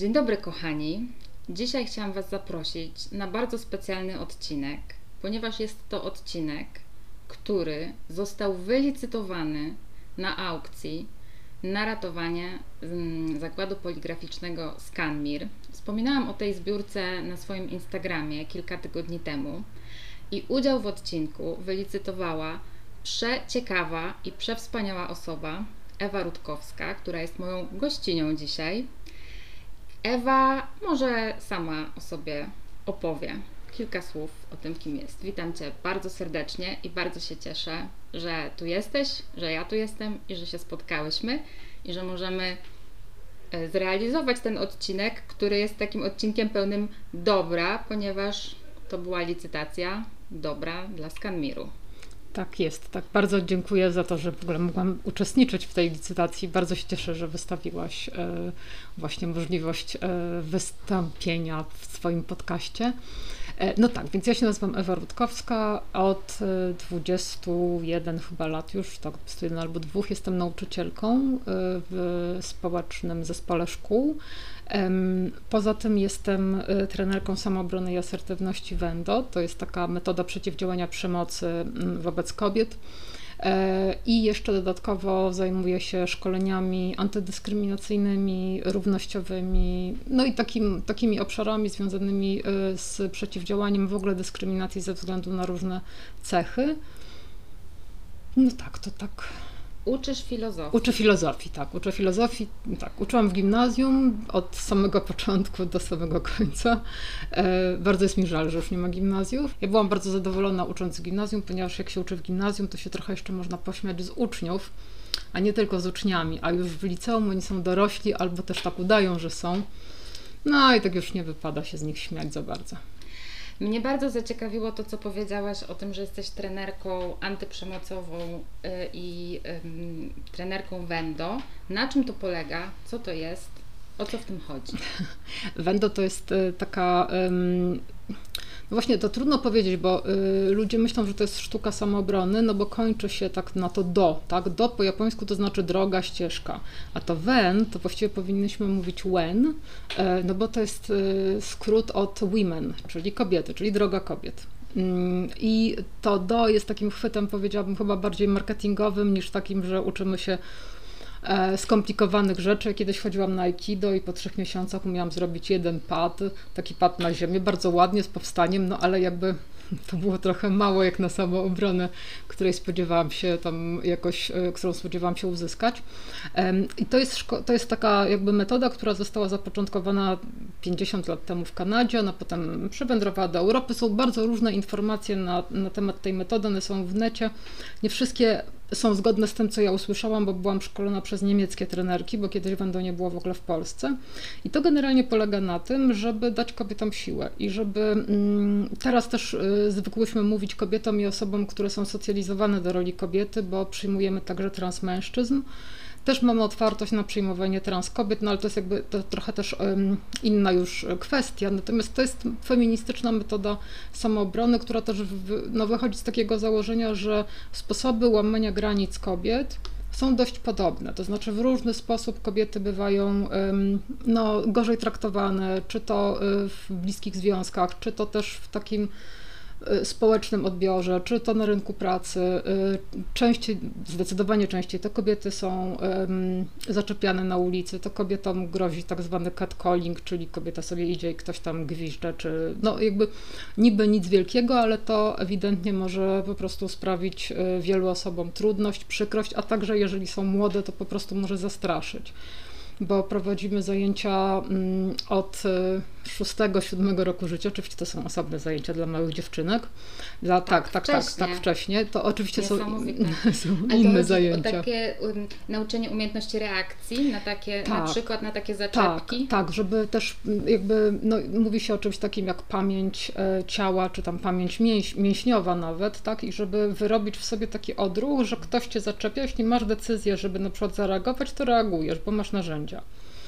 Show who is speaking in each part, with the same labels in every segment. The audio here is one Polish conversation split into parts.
Speaker 1: Dzień dobry kochani. Dzisiaj chciałam Was zaprosić na bardzo specjalny odcinek, ponieważ jest to odcinek, który został wylicytowany na aukcji na ratowanie zakładu poligraficznego Scanmir. Wspominałam o tej zbiórce na swoim Instagramie kilka tygodni temu i udział w odcinku wylicytowała przeciekawa i przewspaniała osoba, Ewa Rutkowska, która jest moją gościnią dzisiaj. Ewa może sama o sobie opowie kilka słów o tym, kim jest. Witam Cię bardzo serdecznie i bardzo się cieszę, że tu jesteś, że ja tu jestem i że się spotkałyśmy i że możemy zrealizować ten odcinek, który jest takim odcinkiem pełnym dobra, ponieważ to była licytacja dobra dla Scanmiru.
Speaker 2: Tak jest, tak. Bardzo dziękuję za to, że w ogóle mogłam uczestniczyć w tej licytacji. Bardzo się cieszę, że wystawiłaś właśnie możliwość wystąpienia w swoim podcaście. No tak, więc ja się nazywam Ewa Rutkowska, od 21 chyba lat już, tak, 21 albo 2 jestem nauczycielką w społecznym zespole szkół. Poza tym jestem trenerką samoobrony i asertywności Wendo. To jest taka metoda przeciwdziałania przemocy wobec kobiet. I jeszcze dodatkowo zajmuję się szkoleniami antydyskryminacyjnymi, równościowymi, no i takimi obszarami związanymi z przeciwdziałaniem w ogóle dyskryminacji ze względu na różne cechy. No tak, to tak.
Speaker 1: Uczysz filozofii.
Speaker 2: Uczę filozofii, tak. Uczyłam w gimnazjum od samego początku do samego końca. Bardzo jest mi żal, że już nie ma gimnazjów. Ja byłam bardzo zadowolona ucząc w gimnazjum, ponieważ jak się uczy w gimnazjum, to się trochę jeszcze można pośmiać z uczniów, a nie tylko z uczniami, a już w liceum oni są dorośli albo też tak udają, że są. No i tak już nie wypada się z nich śmiać za bardzo.
Speaker 1: Mnie bardzo zaciekawiło to, co powiedziałaś o tym, że jesteś trenerką antyprzemocową i trenerką Wendo. Na czym to polega? Co to jest? O co w tym chodzi?
Speaker 2: Wendo to jest taka... No właśnie, to trudno powiedzieć, bo ludzie myślą, że to jest sztuka samoobrony, no bo kończy się tak na to do, tak? Do po japońsku to znaczy droga, ścieżka, a to wen to właściwie powinniśmy mówić wen, no bo to jest skrót od women, czyli kobiety, czyli droga kobiet. I to do jest takim chwytem, powiedziałabym, chyba bardziej marketingowym niż takim, że uczymy się skomplikowanych rzeczy. Kiedyś chodziłam na Aikido i po 3 miesiącach umiałam zrobić jeden pad, taki pad na ziemię, bardzo ładnie, z powstaniem, no ale jakby to było trochę mało jak na samoobronę, którą spodziewałam się uzyskać. I to jest taka jakby metoda, która została zapoczątkowana 50 lat temu w Kanadzie, ona potem przywędrowała do Europy. Są bardzo różne informacje na temat tej metody, one są w necie. Nie wszystkie są zgodne z tym, co ja usłyszałam, bo byłam szkolona przez niemieckie trenerki, bo kiedyś Wendo nie było w ogóle w Polsce. I to generalnie polega na tym, żeby dać kobietom siłę i żeby teraz też zwykłyśmy mówić kobietom i osobom, które są socjalizowane do roli kobiety, bo przyjmujemy także transmężczyzn. Też mamy otwartość na przyjmowanie trans kobiet, no ale to jest jakby to trochę też inna już kwestia. Natomiast to jest feministyczna metoda samoobrony, która też wychodzi z takiego założenia, że sposoby łamania granic kobiet są dość podobne. To znaczy w różny sposób kobiety bywają gorzej traktowane, czy to w bliskich związkach, czy to też w takim społecznym odbiorze, czy to na rynku pracy. Zdecydowanie częściej to kobiety są zaczepiane na ulicy, to kobietom grozi tak zwany catcalling, czyli kobieta sobie idzie i ktoś tam gwizdże, czy no jakby niby nic wielkiego, ale to ewidentnie może po prostu sprawić wielu osobom trudność, przykrość, a także jeżeli są młode, to po prostu może zastraszyć. Bo prowadzimy zajęcia od 6-7 roku życia. Oczywiście to są osobne zajęcia dla małych dziewczynek. Tak wcześnie. To oczywiście są inne zajęcia.
Speaker 1: O takie nauczenie umiejętności reakcji, na przykład na takie zaczepki?
Speaker 2: Tak, żeby też jakby, no, mówi się o czymś takim jak pamięć ciała, czy tam pamięć mięśniowa nawet, tak? I żeby wyrobić w sobie taki odruch, że ktoś cię zaczepia, jeśli masz decyzję, żeby na przykład zareagować, to reagujesz, bo masz narzędzia.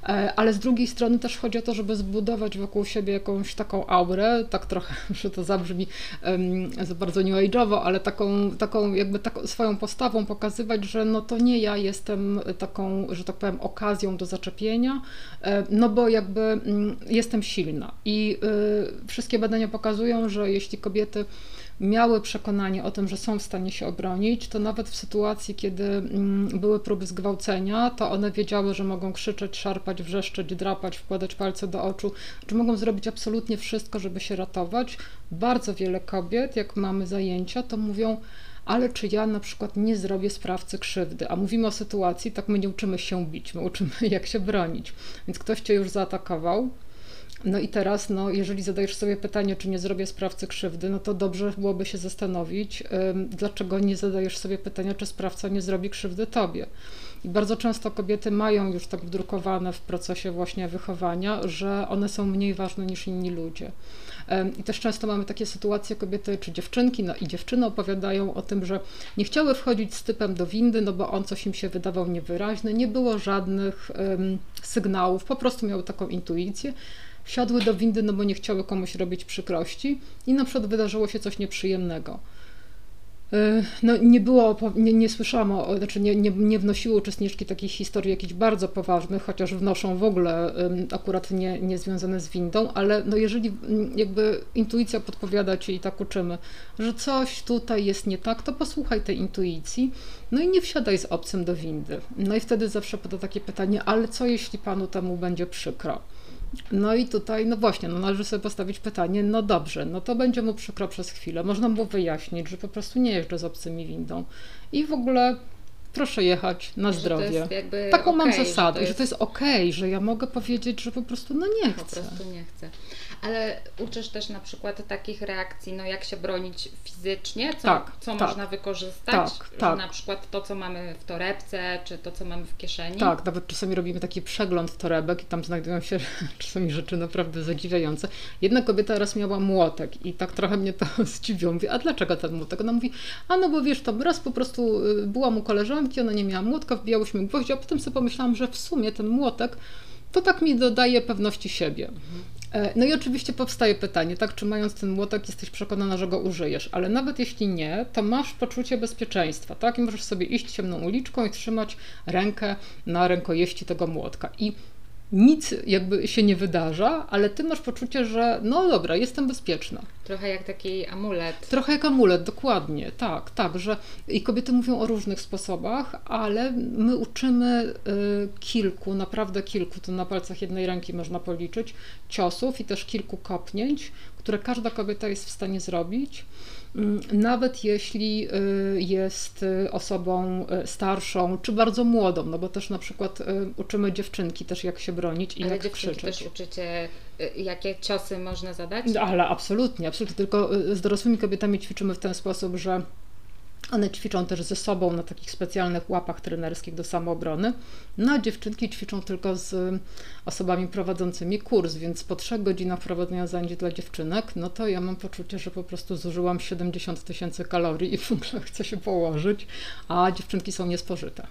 Speaker 2: Ale z drugiej strony też chodzi o to, żeby zbudować wokół siebie jakąś taką aurę, tak trochę, że to zabrzmi za bardzo new age'owo, ale taką jakby swoją postawą pokazywać, że no to nie ja jestem taką, że tak powiem, okazją do zaczepienia, no bo jakby jestem silna. I wszystkie badania pokazują, że jeśli kobiety miały przekonanie o tym, że są w stanie się obronić, to nawet w sytuacji, kiedy były próby zgwałcenia, to one wiedziały, że mogą krzyczeć, szarpać, wrzeszczeć, drapać, wkładać palce do oczu, że mogą zrobić absolutnie wszystko, żeby się ratować. Bardzo wiele kobiet, jak mamy zajęcia, to mówią: ale czy ja na przykład nie zrobię sprawcy krzywdy? A mówimy o sytuacji, tak, my nie uczymy się bić, my uczymy, jak się bronić. Więc ktoś cię już zaatakował. No i teraz, no, jeżeli zadajesz sobie pytanie, czy nie zrobię sprawcy krzywdy, no to dobrze byłoby się zastanowić, dlaczego nie zadajesz sobie pytania, czy sprawca nie zrobi krzywdy tobie. I bardzo często kobiety mają już tak wdrukowane w procesie właśnie wychowania, że one są mniej ważne niż inni ludzie. I też często mamy takie sytuacje, kobiety czy dziewczynki, no i dziewczyny opowiadają o tym, że nie chciały wchodzić z typem do windy, no bo on coś im się wydawał niewyraźny, nie było żadnych sygnałów, po prostu miały taką intuicję. Wsiadły do windy, no bo nie chciały komuś robić przykrości i na przykład wydarzyło się coś nieprzyjemnego. No nie słyszałam, znaczy nie wnosiły uczestniczki takich historii jakichś bardzo poważnych, chociaż wnoszą w ogóle akurat nie związane z windą, ale no jeżeli jakby intuicja podpowiada ci i tak uczymy, że coś tutaj jest nie tak, to posłuchaj tej intuicji, no i nie wsiadaj z obcym do windy. No i wtedy zawsze pada takie pytanie: ale co jeśli panu temu będzie przykro? No i tutaj, no właśnie, no należy sobie postawić pytanie: no dobrze, no to będzie mu przykro przez chwilę. Można mu wyjaśnić, że po prostu nie jeżdżę z obcymi windą. I w ogóle proszę jechać na zdrowie. Taką mam zasadę, że to jest okej, że ja mogę powiedzieć, że po prostu no nie chcę.
Speaker 1: Po prostu nie chcę. Ale uczysz też na przykład takich reakcji, no jak się bronić fizycznie, co można wykorzystać, że na przykład to, co mamy w torebce, czy to, co mamy w kieszeni.
Speaker 2: Tak, nawet czasami robimy taki przegląd torebek i tam znajdują się czasami rzeczy naprawdę zadziwiające. Jedna kobieta raz miała młotek i tak trochę mnie to zdziwiło. Mówię: a dlaczego ten młotek? Ona mówi: a no bo wiesz, tam raz po prostu byłam u koleżanki, ona nie miała młotka, wbijałyśmy gwoździe, a potem sobie pomyślałam, że w sumie ten młotek to tak mi dodaje pewności siebie. No i oczywiście powstaje pytanie, tak, czy mając ten młotek jesteś przekonana, że go użyjesz, ale nawet jeśli nie, to masz poczucie bezpieczeństwa, tak, i możesz sobie iść ciemną uliczką i trzymać rękę na rękojeści tego młotka i nic jakby się nie wydarza, ale ty masz poczucie, że no dobra, jestem bezpieczna.
Speaker 1: Trochę jak taki amulet.
Speaker 2: Trochę jak amulet, dokładnie, tak, że i kobiety mówią o różnych sposobach, ale my uczymy kilku, naprawdę kilku, to na palcach jednej ręki można policzyć, ciosów i też kilku kopnięć, które każda kobieta jest w stanie zrobić. Nawet jeśli jest osobą starszą, czy bardzo młodą, no bo też na przykład uczymy dziewczynki też, jak się bronić i
Speaker 1: ale
Speaker 2: jak krzyczeć.
Speaker 1: Ale też uczycie, jakie ciosy można zadać?
Speaker 2: Ale absolutnie, tylko z dorosłymi kobietami ćwiczymy w ten sposób, że one ćwiczą też ze sobą na takich specjalnych łapach trenerskich do samoobrony, no a dziewczynki ćwiczą tylko z osobami prowadzącymi kurs, więc po 3 godzinach prowadzenia zajęć dla dziewczynek, no to ja mam poczucie, że po prostu zużyłam 70 000 kalorii i w ogóle chcę się położyć, a dziewczynki są niespożyte.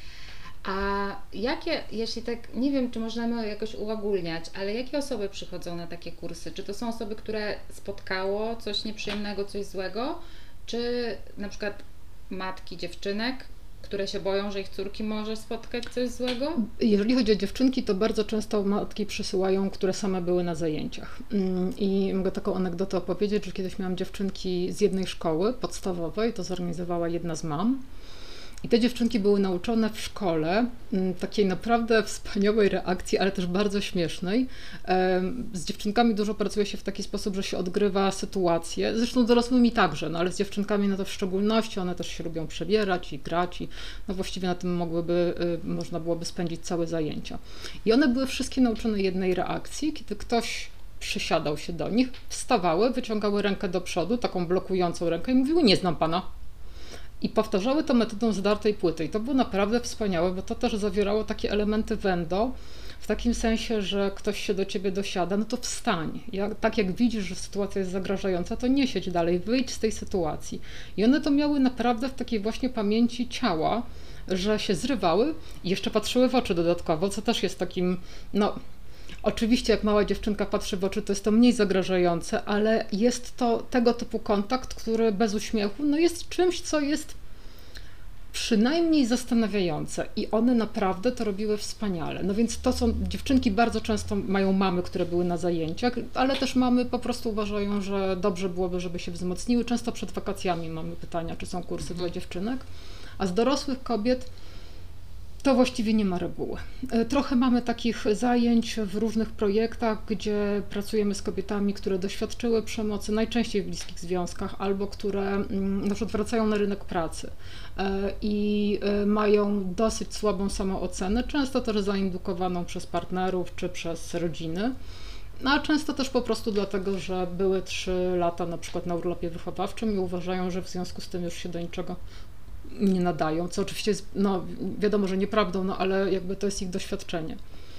Speaker 1: A jakie, jeśli tak, nie wiem, czy możemy jakoś uogólniać, ale jakie osoby przychodzą na takie kursy? Czy to są osoby, które spotkało coś nieprzyjemnego, coś złego? Czy na przykład matki dziewczynek, które się boją, że ich córki może spotkać coś złego?
Speaker 2: Jeżeli chodzi o dziewczynki, to bardzo często matki przysyłają, które same były na zajęciach. I mogę taką anegdotę opowiedzieć, że kiedyś miałam dziewczynki z jednej szkoły podstawowej, to zorganizowała jedna z mam. I te dziewczynki były nauczone w szkole takiej naprawdę wspaniałej reakcji, ale też bardzo śmiesznej. Z dziewczynkami dużo pracuje się w taki sposób, że się odgrywa sytuacje, zresztą dorosłymi także, no ale z dziewczynkami no to w szczególności, one też się lubią przebierać i grać i no właściwie na tym można byłoby spędzić całe zajęcia. I one były wszystkie nauczone jednej reakcji, kiedy ktoś przysiadał się do nich, wstawały, wyciągały rękę do przodu, taką blokującą rękę i mówiły: nie znam pana. I powtarzały to metodą zdartej płyty. I to było naprawdę wspaniałe, bo to też zawierało takie elementy wendo, w takim sensie, że ktoś się do ciebie dosiada, no to wstań. Tak jak widzisz, że sytuacja jest zagrażająca, to nie siedź dalej, wyjdź z tej sytuacji. I one to miały naprawdę w takiej właśnie pamięci ciała, że się zrywały i jeszcze patrzyły w oczy dodatkowo, co też jest takim, no oczywiście jak mała dziewczynka patrzy w oczy, to jest to mniej zagrażające, ale jest to tego typu kontakt, który bez uśmiechu no jest czymś, co jest przynajmniej zastanawiające i one naprawdę to robiły wspaniale. No więc to są, dziewczynki bardzo często mają mamy, które były na zajęciach, ale też mamy po prostu uważają, że dobrze byłoby, żeby się wzmocniły. Często przed wakacjami mamy pytania, czy są kursy dla dziewczynek, a z dorosłych kobiet to właściwie nie ma reguły. Trochę mamy takich zajęć w różnych projektach, gdzie pracujemy z kobietami, które doświadczyły przemocy, najczęściej w bliskich związkach, albo które na przykład wracają na rynek pracy i mają dosyć słabą samoocenę, często też zaindukowaną przez partnerów czy przez rodziny. No, a często też po prostu dlatego, że były 3 lata na przykład na urlopie wychowawczym i uważają, że w związku z tym już się do niczego nie nadają, co oczywiście jest, no wiadomo, że nieprawdą, no ale jakby to jest ich doświadczenie.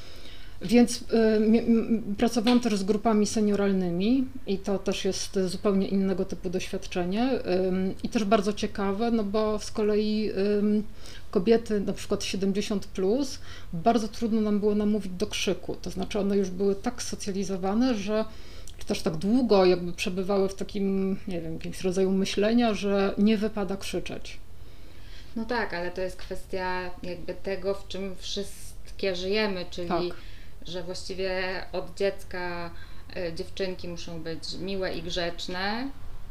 Speaker 2: Więc pracowałam też z grupami senioralnymi i to też jest zupełnie innego typu doświadczenie i też bardzo ciekawe, no bo z kolei kobiety na przykład 70 plus, bardzo trudno nam było namówić do krzyku, to znaczy one już były tak socjalizowane, że czy też tak długo jakby przebywały w takim, nie wiem, jakimś rodzaju myślenia, że nie wypada krzyczeć.
Speaker 1: No tak, ale to jest kwestia jakby tego, w czym wszystkie żyjemy, czyli
Speaker 2: Tak.
Speaker 1: że właściwie od dziecka dziewczynki muszą być miłe i grzeczne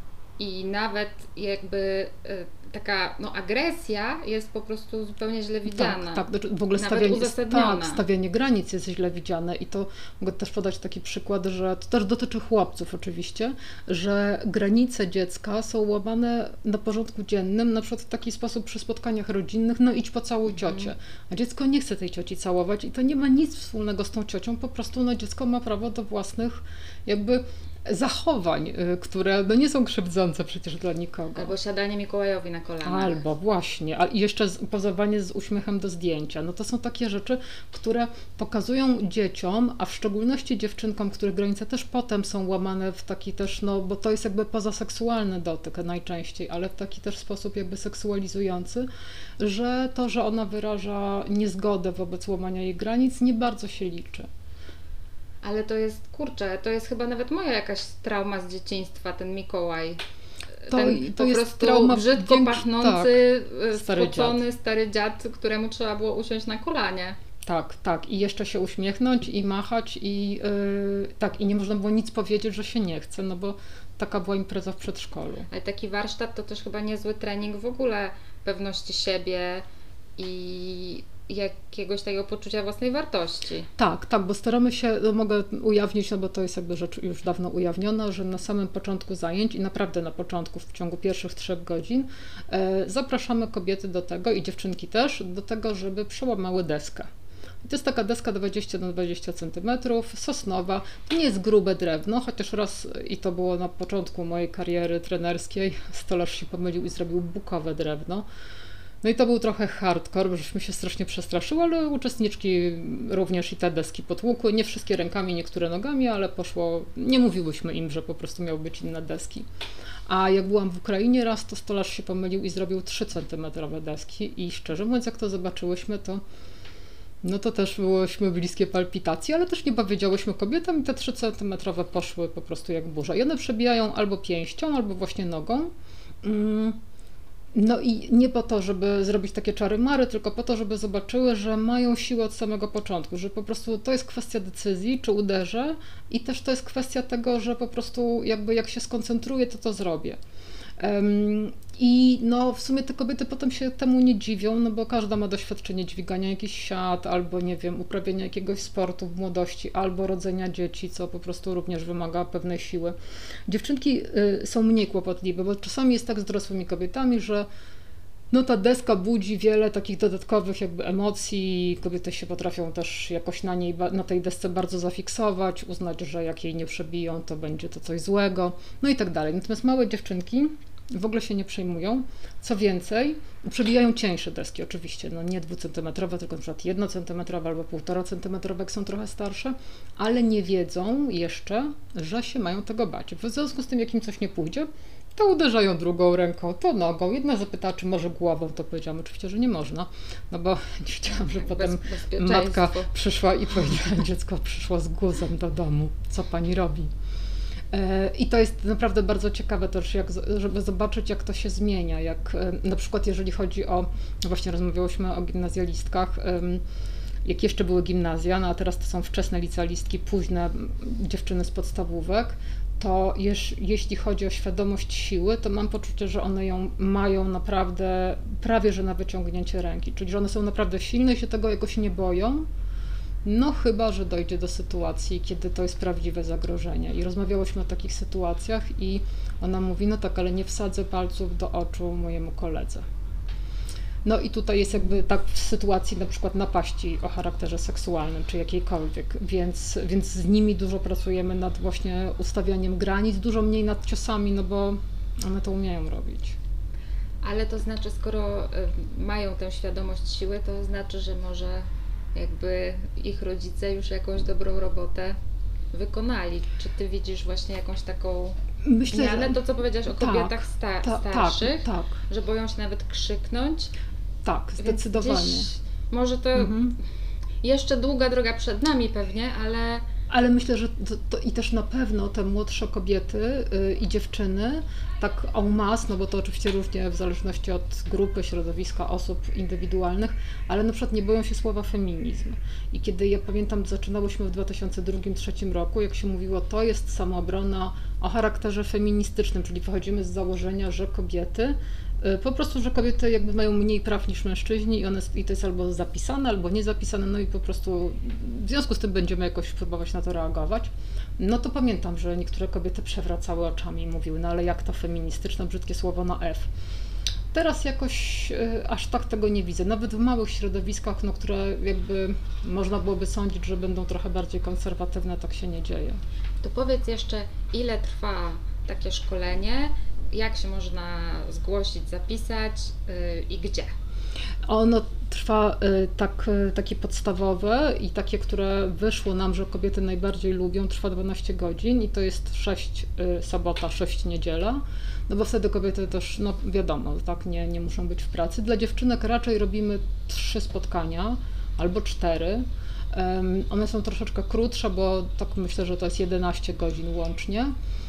Speaker 1: i nawet jakby taka no, agresja jest po prostu zupełnie źle widziana.
Speaker 2: Tak, w ogóle stawianie granic jest źle widziane i to mogę też podać taki przykład, że to też dotyczy chłopców oczywiście, że granice dziecka są łamane na porządku dziennym, na przykład w taki sposób przy spotkaniach rodzinnych, no idź pocałuj ciocię, a dziecko nie chce tej cioci całować i to nie ma nic wspólnego z tą ciocią, po prostu no, dziecko ma prawo do własnych jakby zachowań, które no nie są krzywdzące przecież dla nikogo.
Speaker 1: Albo siadanie Mikołajowi na kolanach.
Speaker 2: Albo właśnie, i jeszcze pozowanie z uśmiechem do zdjęcia. No to są takie rzeczy, które pokazują dzieciom, a w szczególności dziewczynkom, których granice też potem są łamane w taki też, no bo to jest jakby pozaseksualny dotyk najczęściej, ale w taki też sposób jakby seksualizujący, że to, że ona wyraża niezgodę wobec łamania jej granic, nie bardzo się liczy.
Speaker 1: Ale to jest, kurczę, to jest chyba nawet moja jakaś trauma z dzieciństwa, ten Mikołaj. Ten
Speaker 2: to
Speaker 1: po
Speaker 2: jest
Speaker 1: prostu
Speaker 2: trauma
Speaker 1: brzydko pachnący,
Speaker 2: stary
Speaker 1: spocony stary dziad, któremu trzeba było usiąść na kolanie.
Speaker 2: Tak. I jeszcze się uśmiechnąć i machać i tak, i nie można było nic powiedzieć, że się nie chce, no bo taka była impreza w przedszkolu.
Speaker 1: Ale taki warsztat to też chyba niezły trening w ogóle pewności siebie i jakiegoś takiego poczucia własnej wartości.
Speaker 2: Tak, bo staramy się, no mogę ujawnić, no bo to jest jakby rzecz już dawno ujawniona, że na samym początku zajęć i naprawdę na początku, w ciągu pierwszych 3 godzin zapraszamy kobiety do tego i dziewczynki też, do tego, żeby przełamały deskę. I to jest taka deska 20 na 20 cm, sosnowa, to nie jest grube drewno, chociaż raz, i to było na początku mojej kariery trenerskiej, stolarz się pomylił i zrobił bukowe drewno. No i to był trochę hardcore, bo żeśmy się strasznie przestraszyły, ale uczestniczki również i te deski potłukły. Nie wszystkie rękami, niektóre nogami, ale poszło, nie mówiłyśmy im, że po prostu miały być inne deski. A jak byłam w Ukrainie raz, to stolarz się pomylił i zrobił 3 cm deski i szczerze mówiąc, jak to zobaczyłyśmy, to no to też byłyśmy bliskie palpitacji, ale też nie powiedziałyśmy kobietom i te 3 cm poszły po prostu jak burza. I one przebijają albo pięścią, albo właśnie nogą. No i nie po to, żeby zrobić takie czary-mary, tylko po to, żeby zobaczyły, że mają siłę od samego początku, że po prostu to jest kwestia decyzji, czy uderzę i też to jest kwestia tego, że po prostu jakby jak się skoncentruję, to zrobię. I no w sumie te kobiety potem się temu nie dziwią, no bo każda ma doświadczenie dźwigania jakichś siat, albo nie wiem, uprawiania jakiegoś sportu w młodości, albo rodzenia dzieci, co po prostu również wymaga pewnej siły. Dziewczynki są mniej kłopotliwe, bo czasami jest tak z dorosłymi kobietami, że no ta deska budzi wiele takich dodatkowych jakby emocji, kobiety się potrafią też jakoś na tej desce bardzo zafiksować, uznać, że jak jej nie przebiją, to będzie to coś złego, no i tak dalej. Natomiast małe dziewczynki w ogóle się nie przejmują. Co więcej, przebijają cieńsze deski oczywiście, no nie 2-centymetrowe, tylko na przykład 1-centymetrowe albo 1,5-centymetrowe, jak są trochę starsze, ale nie wiedzą jeszcze, że się mają tego bać. W związku z tym, jak im coś nie pójdzie, to uderzają drugą ręką, to nogą. Jedna zapytała, czy może głową, to powiedziałam oczywiście, że nie można, no bo nie chciałam, że potem matka przyszła i powiedziała, dziecko przyszło z guzem do domu, co pani robi? I to jest naprawdę bardzo ciekawe też, żeby zobaczyć, jak to się zmienia, jak na przykład jeżeli chodzi o, no właśnie rozmawiałyśmy o gimnazjalistkach, jak jeszcze były gimnazja, no a teraz to są wczesne licealistki, późne dziewczyny z podstawówek, to jeśli chodzi o świadomość siły, to mam poczucie, że one ją mają naprawdę prawie że na wyciągnięcie ręki, czyli że one są naprawdę silne i się tego jakoś nie boją, no chyba że dojdzie do sytuacji, kiedy to jest prawdziwe zagrożenie. I rozmawiałyśmy o takich sytuacjach i ona mówi, no tak, ale nie wsadzę palców do oczu mojemu koledze. No i tutaj jest jakby tak w sytuacji na przykład napaści o charakterze seksualnym czy jakiejkolwiek, więc z nimi dużo pracujemy nad właśnie ustawianiem granic, dużo mniej nad ciosami, no bo one to umieją robić.
Speaker 1: Ale to znaczy, skoro mają tę świadomość siły, to znaczy, że może jakby ich rodzice już jakąś dobrą robotę wykonali. Czy ty widzisz właśnie jakąś taką zmianę? To, co powiedziałaś o kobietach starszych,
Speaker 2: tak.
Speaker 1: Że boją się nawet krzyknąć.
Speaker 2: Tak, zdecydowanie.
Speaker 1: Może to jeszcze długa droga przed nami pewnie,
Speaker 2: ale myślę, że to i też na pewno te młodsze kobiety i dziewczyny, tak en masse, no bo to oczywiście różnie w zależności od grupy, środowiska, osób indywidualnych, ale na przykład nie boją się słowa feminizm. I kiedy ja pamiętam, zaczynałyśmy w 2002-2003 roku, jak się mówiło, to jest samoobrona o charakterze feministycznym, czyli wychodzimy z założenia, że kobiety jakby mają mniej praw niż mężczyźni i to jest albo zapisane, albo niezapisane, no i po prostu w związku z tym będziemy jakoś próbować na to reagować. No to pamiętam, że niektóre kobiety przewracały oczami i mówiły, no ale jak to feministyczne, brzydkie słowo na F. Teraz jakoś aż tak tego nie widzę, nawet w małych środowiskach, no, które jakby można byłoby sądzić, że będą trochę bardziej konserwatywne, tak się nie dzieje.
Speaker 1: To powiedz jeszcze, ile trwa takie szkolenie? Jak się można zgłosić, zapisać i gdzie?
Speaker 2: Ono trwa takie podstawowe i takie, które wyszło nam, że kobiety najbardziej lubią, trwa 12 godzin i to jest 6 sobota, 6 niedziela, no bo wtedy kobiety też, no wiadomo, tak, nie muszą być w pracy. Dla dziewczynek raczej robimy 3 spotkania albo 4. One są troszeczkę krótsze, bo tak myślę, że to jest 11 godzin łącznie.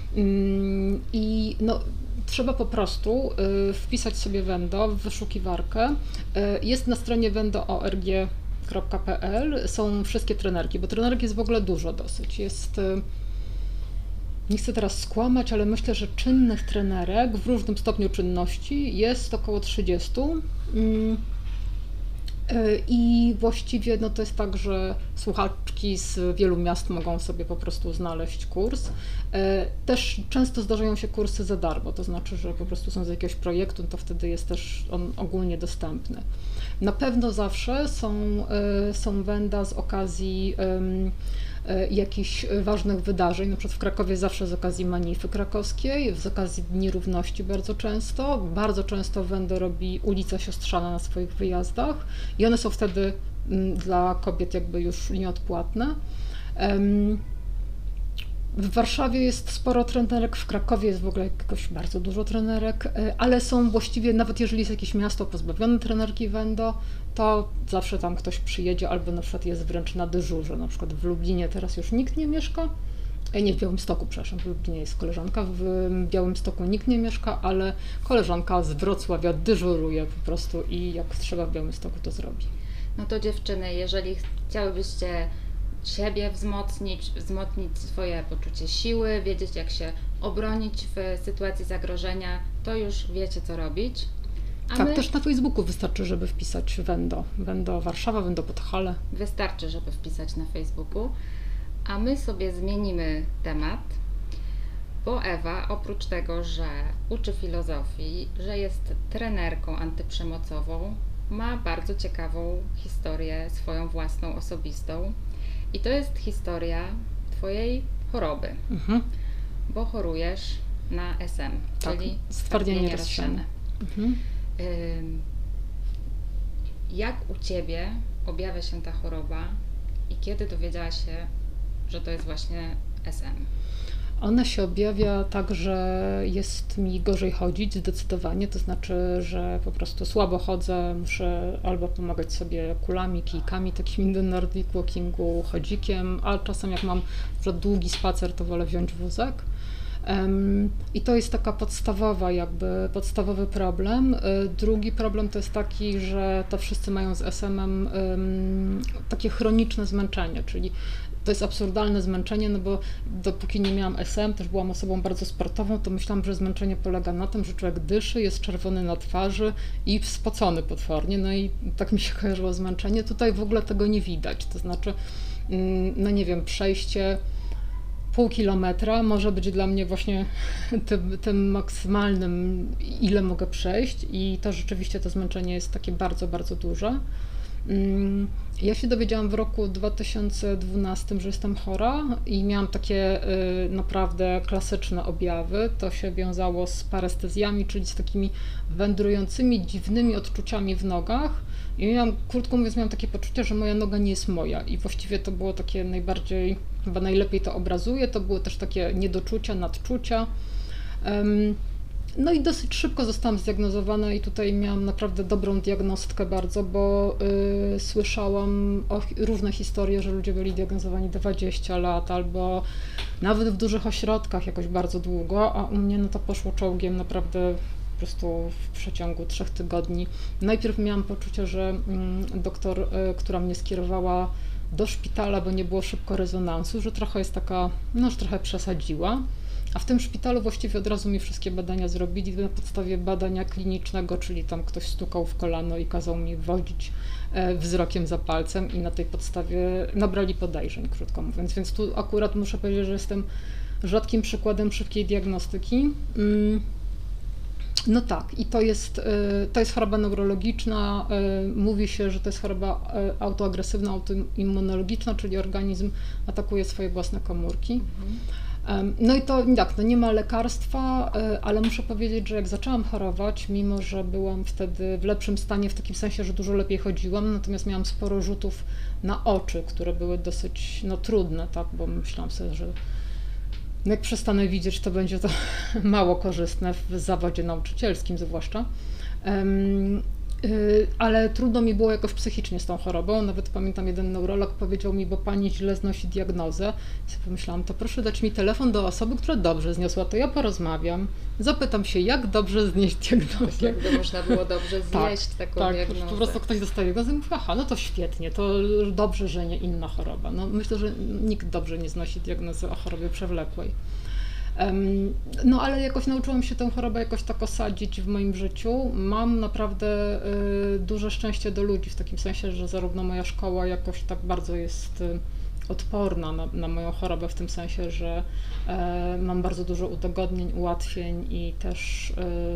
Speaker 2: I no, trzeba po prostu wpisać sobie Wendo w wyszukiwarkę. Jest na stronie wendo.org.pl, są wszystkie trenerki, bo trenerek jest w ogóle dużo dosyć. Jest, nie chcę teraz skłamać, ale myślę, że czynnych trenerek w różnym stopniu czynności jest około 30. I właściwie no to jest tak, że słuchaczki z wielu miast mogą sobie po prostu znaleźć kurs. Też często zdarzają się kursy za darmo, to znaczy, że po prostu są z jakiegoś projektu, to wtedy jest też on ogólnie dostępny. Na pewno zawsze są Wenda z okazji jakichś ważnych wydarzeń, na przykład w Krakowie zawsze z okazji Manify krakowskiej, z okazji Dni Równości bardzo często Wendo robi ulice siostrzane na swoich wyjazdach i one są wtedy dla kobiet jakby już nieodpłatne. W Warszawie jest sporo trenerek, w Krakowie jest w ogóle jakoś bardzo dużo trenerek, ale są właściwie, nawet jeżeli jest jakieś miasto pozbawione trenerki Wendo, to zawsze tam ktoś przyjedzie albo na przykład jest wręcz na dyżurze. Na przykład w Lublinie teraz już nikt nie mieszka, nie w Białymstoku, przepraszam, w Lublinie jest koleżanka, w Białymstoku nikt nie mieszka, ale koleżanka z Wrocławia dyżuruje po prostu i jak trzeba w Białymstoku, to zrobi.
Speaker 1: No to dziewczyny, jeżeli chciałybyście siebie wzmocnić swoje poczucie siły, wiedzieć jak się obronić w sytuacji zagrożenia, to już wiecie co robić.
Speaker 2: Tak, też na Facebooku wystarczy, żeby wpisać Wendo Warszawa, Wendo Podhale.
Speaker 1: Wystarczy, żeby wpisać na Facebooku, a my sobie zmienimy temat, bo Ewa oprócz tego, że uczy filozofii, że jest trenerką antyprzemocową, ma bardzo ciekawą historię, swoją własną, osobistą. I to jest historia Twojej choroby, bo chorujesz na SM,
Speaker 2: tak,
Speaker 1: czyli
Speaker 2: stwardnienie rozsiane.
Speaker 1: Jak u Ciebie objawia się ta choroba i kiedy dowiedziałaś się, że to jest właśnie SM?
Speaker 2: Ona się objawia tak, że jest mi gorzej chodzić zdecydowanie, to znaczy, że po prostu słabo chodzę, muszę albo pomagać sobie kulami, kijkami takimi do Nordic Walkingu, chodzikiem, a czasem jak mam na przykład długi spacer, to wolę wziąć wózek. I to jest taka podstawowy problem. Drugi problem to jest taki, że to wszyscy mają z SM-em takie chroniczne zmęczenie, czyli to jest absurdalne zmęczenie, no bo dopóki nie miałam SM, też byłam osobą bardzo sportową, to myślałam, że zmęczenie polega na tym, że człowiek dyszy, jest czerwony na twarzy i spocony potwornie, no i tak mi się kojarzyło zmęczenie. Tutaj w ogóle tego nie widać, to znaczy, no nie wiem, przejście pół kilometra może być dla mnie właśnie tym maksymalnym, ile mogę przejść i to rzeczywiście to zmęczenie jest takie bardzo, bardzo duże. Ja się dowiedziałam w roku 2012, że jestem chora i miałam takie naprawdę klasyczne objawy. To się wiązało z parestezjami, czyli z takimi wędrującymi, dziwnymi odczuciami w nogach. I krótko mówiąc, miałam takie poczucie, że moja noga nie jest moja i właściwie to było takie najbardziej, chyba najlepiej to obrazuje, to były też takie niedoczucia, nadczucia. No i dosyć szybko zostałam zdiagnozowana i tutaj miałam naprawdę dobrą diagnostkę bardzo, bo słyszałam różne historie, że ludzie byli diagnozowani 20 lat albo nawet w dużych ośrodkach jakoś bardzo długo, a u mnie no to poszło czołgiem naprawdę po prostu w przeciągu 3 tygodni. Najpierw miałam poczucie, że doktor, która mnie skierowała do szpitala, bo nie było szybko rezonansu, że trochę jest taka, no że trochę przesadziła. A w tym szpitalu właściwie od razu mi wszystkie badania zrobili na podstawie badania klinicznego, czyli tam ktoś stukał w kolano i kazał mi wodzić wzrokiem za palcem i na tej podstawie nabrali podejrzeń, krótko mówiąc. Więc tu akurat muszę powiedzieć, że jestem rzadkim przykładem szybkiej diagnostyki. No tak, i to jest choroba neurologiczna. Mówi się, że to jest choroba autoagresywna, autoimmunologiczna, czyli organizm atakuje swoje własne komórki. No i to tak, no nie ma lekarstwa, ale muszę powiedzieć, że jak zaczęłam chorować, mimo że byłam wtedy w lepszym stanie, w takim sensie, że dużo lepiej chodziłam, natomiast miałam sporo rzutów na oczy, które były dosyć trudne, tak, bo myślałam sobie, że jak przestanę widzieć, to będzie to mało korzystne w zawodzie nauczycielskim zwłaszcza. Ale trudno mi było jakoś psychicznie z tą chorobą. Nawet pamiętam, jeden neurolog powiedział mi, bo pani źle znosi diagnozę. I sobie pomyślałam, to proszę dać mi telefon do osoby, która dobrze zniosła, to ja porozmawiam, zapytam się, jak dobrze znieść diagnozę.
Speaker 1: Jakby można było dobrze znieść taką diagnozę.
Speaker 2: Tak, po prostu ktoś dostaje diagnozę i mówi, aha, no to świetnie, to dobrze, że nie inna choroba. No myślę, że nikt dobrze nie znosi diagnozy o chorobie przewlekłej. No ale jakoś nauczyłam się tę chorobę jakoś tak osadzić w moim życiu. Mam naprawdę duże szczęście do ludzi, w takim sensie, że zarówno moja szkoła jakoś tak bardzo jest odporna na moją chorobę, w tym sensie, że mam bardzo dużo udogodnień, ułatwień i też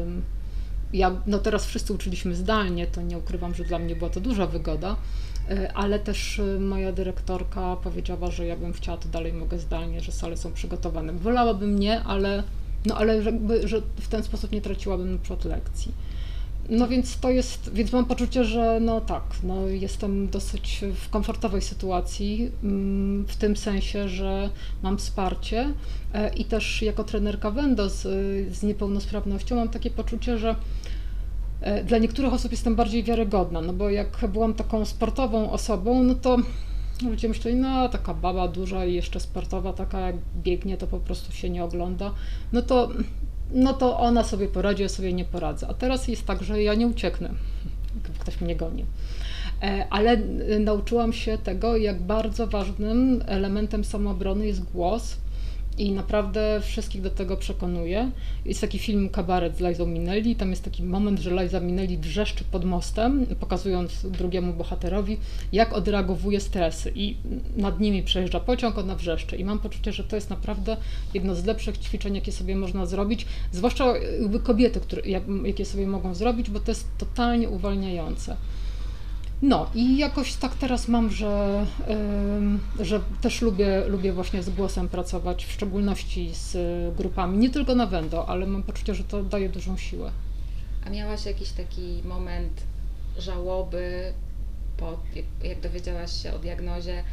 Speaker 2: no teraz wszyscy uczyliśmy zdalnie, to nie ukrywam, że dla mnie była to duża wygoda, ale też moja dyrektorka powiedziała, że jakbym chciała, to dalej mogę zdalnie, że sale są przygotowane. Wolałabym nie, ale że w ten sposób nie traciłabym na przykład lekcji. No więc to jest, więc mam poczucie, że no tak, no jestem dosyć w komfortowej sytuacji, w tym sensie, że mam wsparcie i też jako trenerka Wendo z niepełnosprawnością mam takie poczucie, że dla niektórych osób jestem bardziej wiarygodna, no bo jak byłam taką sportową osobą, no to ludzie myśleli, no taka baba duża i jeszcze sportowa, taka jak biegnie, to po prostu się nie ogląda, no to ona sobie poradzi, ja sobie nie poradzę. A teraz jest tak, że ja nie ucieknę, ktoś mnie goni. Ale nauczyłam się tego, jak bardzo ważnym elementem samoobrony jest głos i naprawdę wszystkich do tego przekonuję. Jest taki film Kabaret z Lizą Minnelli, tam jest taki moment, że Liza Minnelli wrzeszczy pod mostem, pokazując drugiemu bohaterowi, jak odreagowuje stresy i nad nimi przejeżdża pociąg, ona wrzeszczy i mam poczucie, że to jest naprawdę jedno z lepszych ćwiczeń, jakie sobie można zrobić, zwłaszcza kobiety, jakie sobie mogą zrobić, bo to jest totalnie uwalniające. No i jakoś tak teraz mam, że też lubię właśnie z głosem pracować, w szczególności z grupami, nie tylko na Wendo, ale mam poczucie, że to daje dużą siłę.
Speaker 1: A miałaś jakiś taki moment żałoby, jak dowiedziałaś się o diagnozie,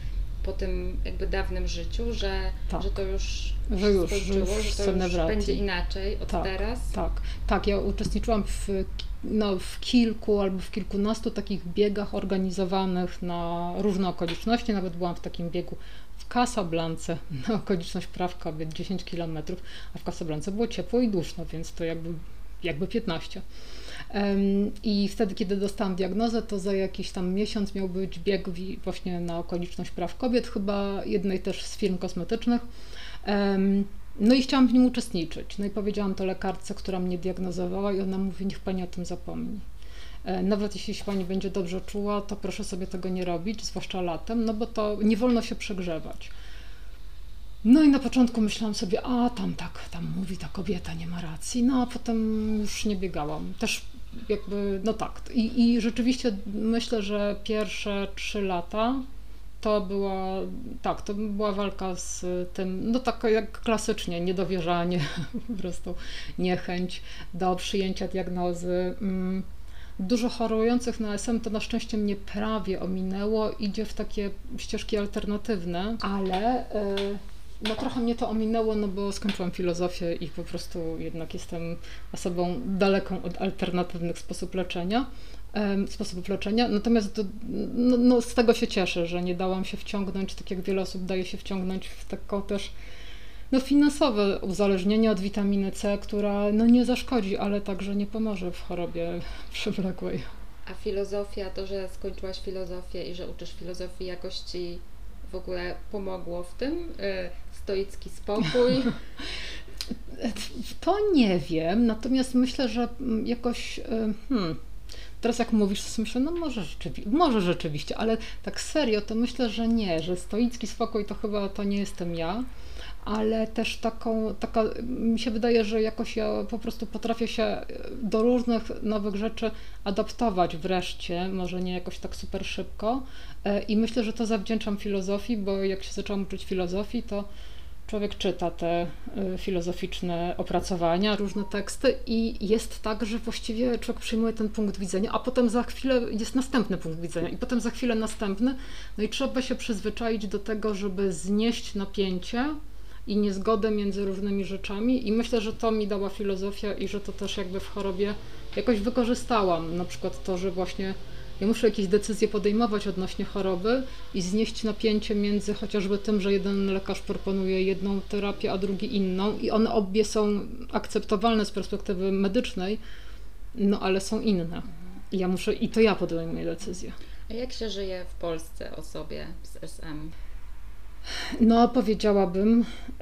Speaker 1: po tym jakby dawnym życiu, że to już skończyło, że to już będzie inaczej od teraz?
Speaker 2: Tak. Ja uczestniczyłam w kilku albo w kilkunastu takich biegach organizowanych na różne okoliczności. Nawet byłam w takim biegu w Casablance na okoliczność praw kobiet 10 km, a w Casablance było ciepło i duszno, więc to jakby 15. I wtedy, kiedy dostałam diagnozę, to za jakiś tam miesiąc miał być bieg właśnie na okoliczność praw kobiet, chyba jednej też z firm kosmetycznych. No i chciałam w nim uczestniczyć. No i powiedziałam to lekarce, która mnie diagnozowała i ona mówi, niech pani o tym zapomni. Nawet jeśli się pani będzie dobrze czuła, to proszę sobie tego nie robić, zwłaszcza latem, no bo to nie wolno się przegrzewać. No i na początku myślałam sobie, tam mówi ta kobieta, nie ma racji, no a potem już nie biegałam. Też jakby, no tak. I rzeczywiście myślę, że pierwsze 3 lata to była walka z tym, no tak jak klasycznie, niedowierzanie, po prostu niechęć do przyjęcia diagnozy. Dużo chorujących na SM to na szczęście mnie prawie ominęło, idzie w takie ścieżki alternatywne, ale no trochę mnie to ominęło, no bo skończyłam filozofię i po prostu jednak jestem osobą daleką od alternatywnych sposobów leczenia. Natomiast no z tego się cieszę, że nie dałam się wciągnąć, tak jak wiele osób daje się wciągnąć w taką też finansowe uzależnienie od witaminy C, która no nie zaszkodzi, ale także nie pomoże w chorobie przewlekłej.
Speaker 1: A filozofia, to, że skończyłaś filozofię i że uczysz filozofii, jakoś ci w ogóle pomogło w tym? Stoicki spokój?
Speaker 2: To nie wiem, natomiast myślę, że jakoś... Teraz jak mówisz, to myślę, no może rzeczywiście, ale tak serio to myślę, że nie, że stoicki spokój to chyba to nie jestem ja, ale też mi się wydaje, że jakoś ja po prostu potrafię się do różnych nowych rzeczy adaptować wreszcie, może nie jakoś tak super szybko i myślę, że to zawdzięczam filozofii, bo jak się zaczęłam uczyć filozofii, to człowiek czyta te filozoficzne opracowania, różne teksty i jest tak, że właściwie człowiek przyjmuje ten punkt widzenia, a potem za chwilę jest następny punkt widzenia i potem za chwilę następny. No i trzeba się przyzwyczaić do tego, żeby znieść napięcie i niezgodę między różnymi rzeczami i myślę, że to mi dała filozofia i że to też jakby w chorobie jakoś wykorzystałam. Na przykład to, że właśnie ja muszę jakieś decyzje podejmować odnośnie choroby i znieść napięcie między chociażby tym, że jeden lekarz proponuje jedną terapię, a drugi inną i one obie są akceptowalne z perspektywy medycznej, no ale są inne. I to ja podejmuję decyzję.
Speaker 1: A jak się żyje w Polsce osobie z SM?
Speaker 2: No powiedziałabym,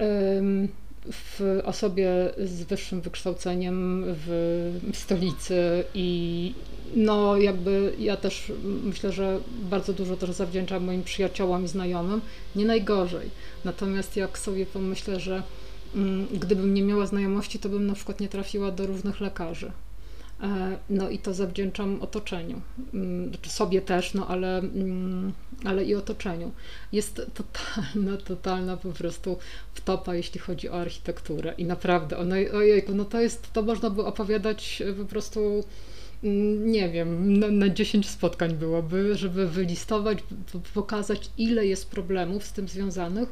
Speaker 2: w osobie z wyższym wykształceniem w stolicy i no jakby ja też myślę, że bardzo dużo też zawdzięczam moim przyjaciołom i znajomym, nie najgorzej. Natomiast jak sobie pomyślę, że gdybym nie miała znajomości, to bym na przykład nie trafiła do różnych lekarzy. No i to zawdzięczam otoczeniu, znaczy sobie też, no ale i otoczeniu. Jest totalna po prostu wtopa, jeśli chodzi o architekturę i naprawdę, ojejku, no to można by opowiadać po prostu, nie wiem, na 10 spotkań byłoby, żeby wylistować, pokazać, ile jest problemów z tym związanych.